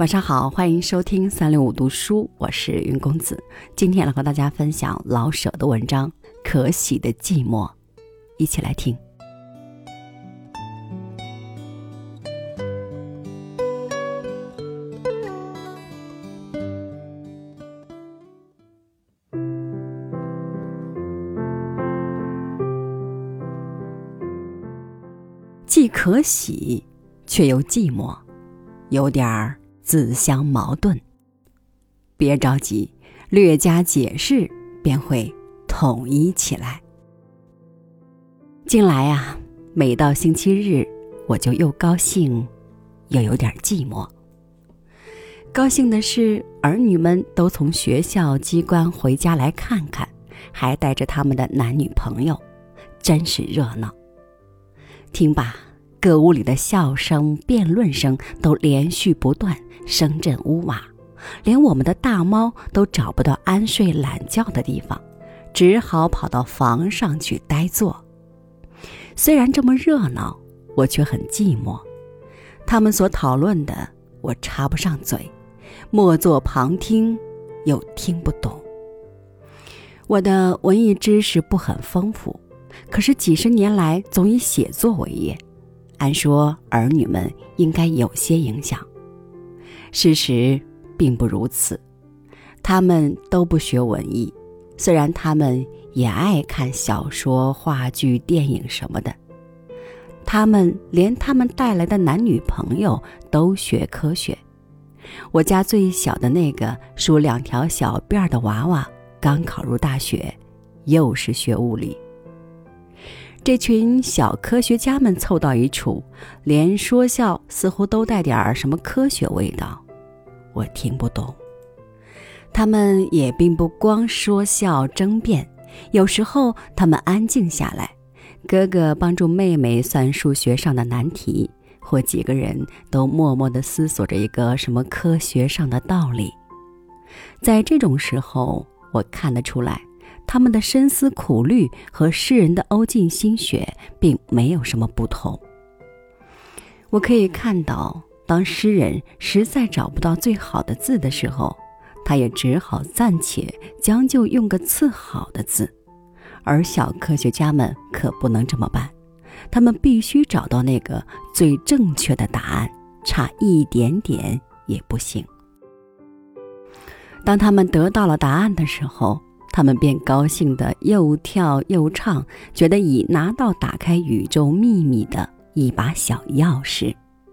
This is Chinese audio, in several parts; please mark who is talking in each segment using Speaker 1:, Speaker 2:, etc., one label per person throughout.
Speaker 1: 晚上好，欢迎收听365读书，我是云公子。今天来和大家分享老舍的文章《可喜的寂寞》，一起来听。既可喜却又寂寞，有点自相矛盾。别着急，略加解释便会统一起来。近来啊，每到星期日，我就又高兴又有点寂寞。高兴的是儿女们都从学校机关回家来看看，还带着他们的男女朋友，真是热闹。听吧，各屋里的笑声、辩论声都连续不断，声震屋瓦，连我们的大猫都找不到安睡懒觉的地方，只好跑到房上去呆坐。虽然这么热闹，我却很寂寞。他们所讨论的，我插不上嘴，默坐旁听，又听不懂。我的文艺知识不很丰富，可是几十年来总以写作为业，按说儿女们应该有些影响。事实并不如此，他们都不学文艺，虽然他们也爱看小说、话剧、电影什么的。他们连他们带来的男女朋友都学科学。我家最小的那个梳2条小辫的娃娃刚考入大学，又是学物理。这群小科学家们凑到一处，连说笑似乎都带点什么科学味道，我听不懂。他们也并不光说笑争辩，有时候他们安静下来，哥哥帮助妹妹算数学上的难题，或几个人都默默地思索着一个什么科学上的道理。在这种时候，我看得出来，他们的深思苦虑和诗人的欧尽心血并没有什么不同。我可以看到，当诗人实在找不到最好的字的时候，他也只好暂且将就用个次好的字，而小科学家们可不能这么办，他们必须找到那个最正确的答案，差一点点也不行。当他们得到了答案的时候，他们便高兴地又跳又唱，觉得已拿到打开宇宙秘密的一把小钥匙。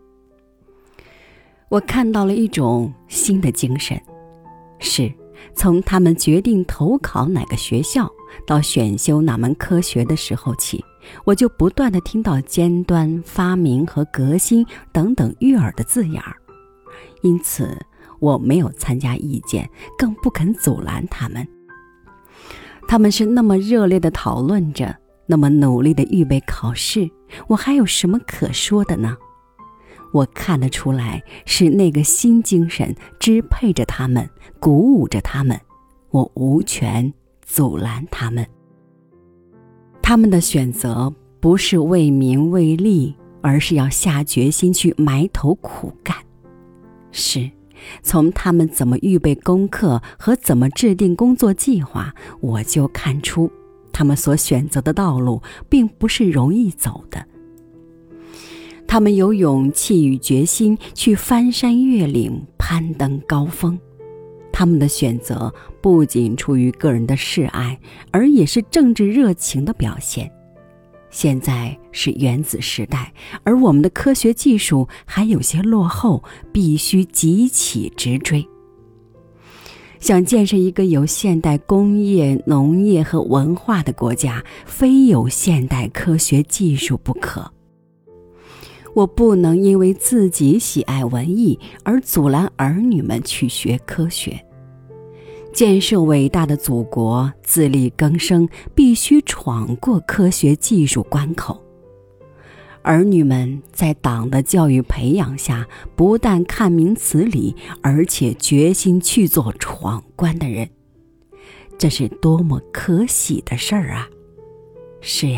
Speaker 1: 我看到了一种新的精神，是从他们决定投考哪个学校到选修哪门科学的时候起，我就不断地听到尖端、发明和革新等等悦耳的字眼儿。因此我没有参加意见，更不肯阻拦他们。他们是那么热烈地讨论着，那么努力地预备考试，我还有什么可说的呢？我看得出来，是那个新精神支配着他们，鼓舞着他们，我无权阻拦他们。他们的选择不是为名为利，而是要下决心去埋头苦干。是从他们怎么预备功课和怎么制定工作计划，我就看出他们所选择的道路并不是容易走的。他们有勇气与决心去翻山越岭，攀登高峰。他们的选择不仅出于个人的嗜爱，而也是政治热情的表现。现在是原子时代，而我们的科学技术还有些落后，必须急起直追。想建设一个有现代工业、农业和文化的国家，非有现代科学技术不可。我不能因为自己喜爱文艺而阻拦儿女们去学科学。建设伟大的祖国，自力更生，必须闯过科学技术关口。儿女们在党的教育培养下，不但看明此理，而且决心去做闯关的人，这是多么可喜的事儿啊！是呀，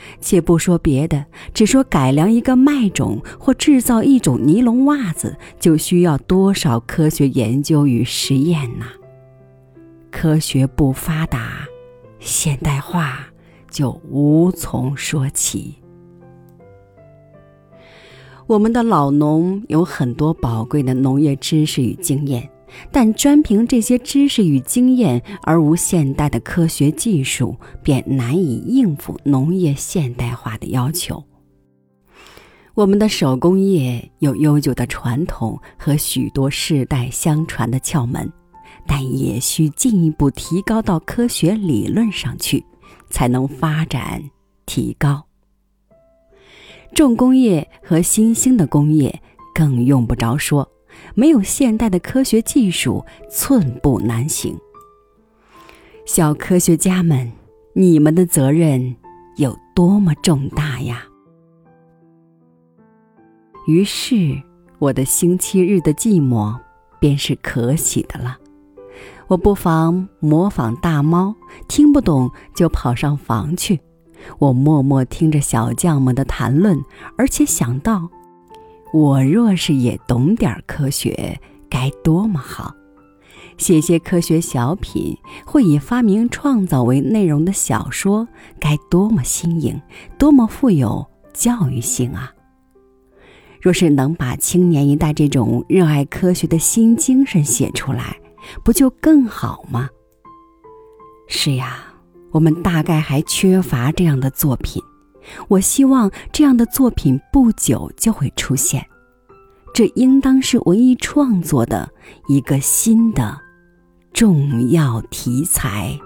Speaker 1: 且不说别的，只说改良一个麦种或制造一种尼龙袜子，就需要多少科学研究与实验呢？科学不发达，现代化就无从说起。我们的老农有很多宝贵的农业知识与经验，但专凭这些知识与经验而无现代的科学技术，便难以应付农业现代化的要求。我们的手工业有悠久的传统和许多世代相传的窍门，但也需进一步提高到科学理论上去，才能发展提高。重工业和新兴的工业更用不着说，没有现代的科学技术，寸步难行。小科学家们，你们的责任有多么重大呀！于是，我的星期日的寂寞便是可喜的了。我不妨模仿大猫，听不懂就跑上房去。我默默听着小将们的谈论，而且想到，我若是也懂点科学，该多么好！写些科学小品，或以发明创造为内容的小说，该多么新颖，多么富有教育性啊！若是能把青年一代这种热爱科学的新精神写出来，不就更好吗？是呀，我们大概还缺乏这样的作品。我希望这样的作品不久就会出现，这应当是文艺创作的一个新的重要题材。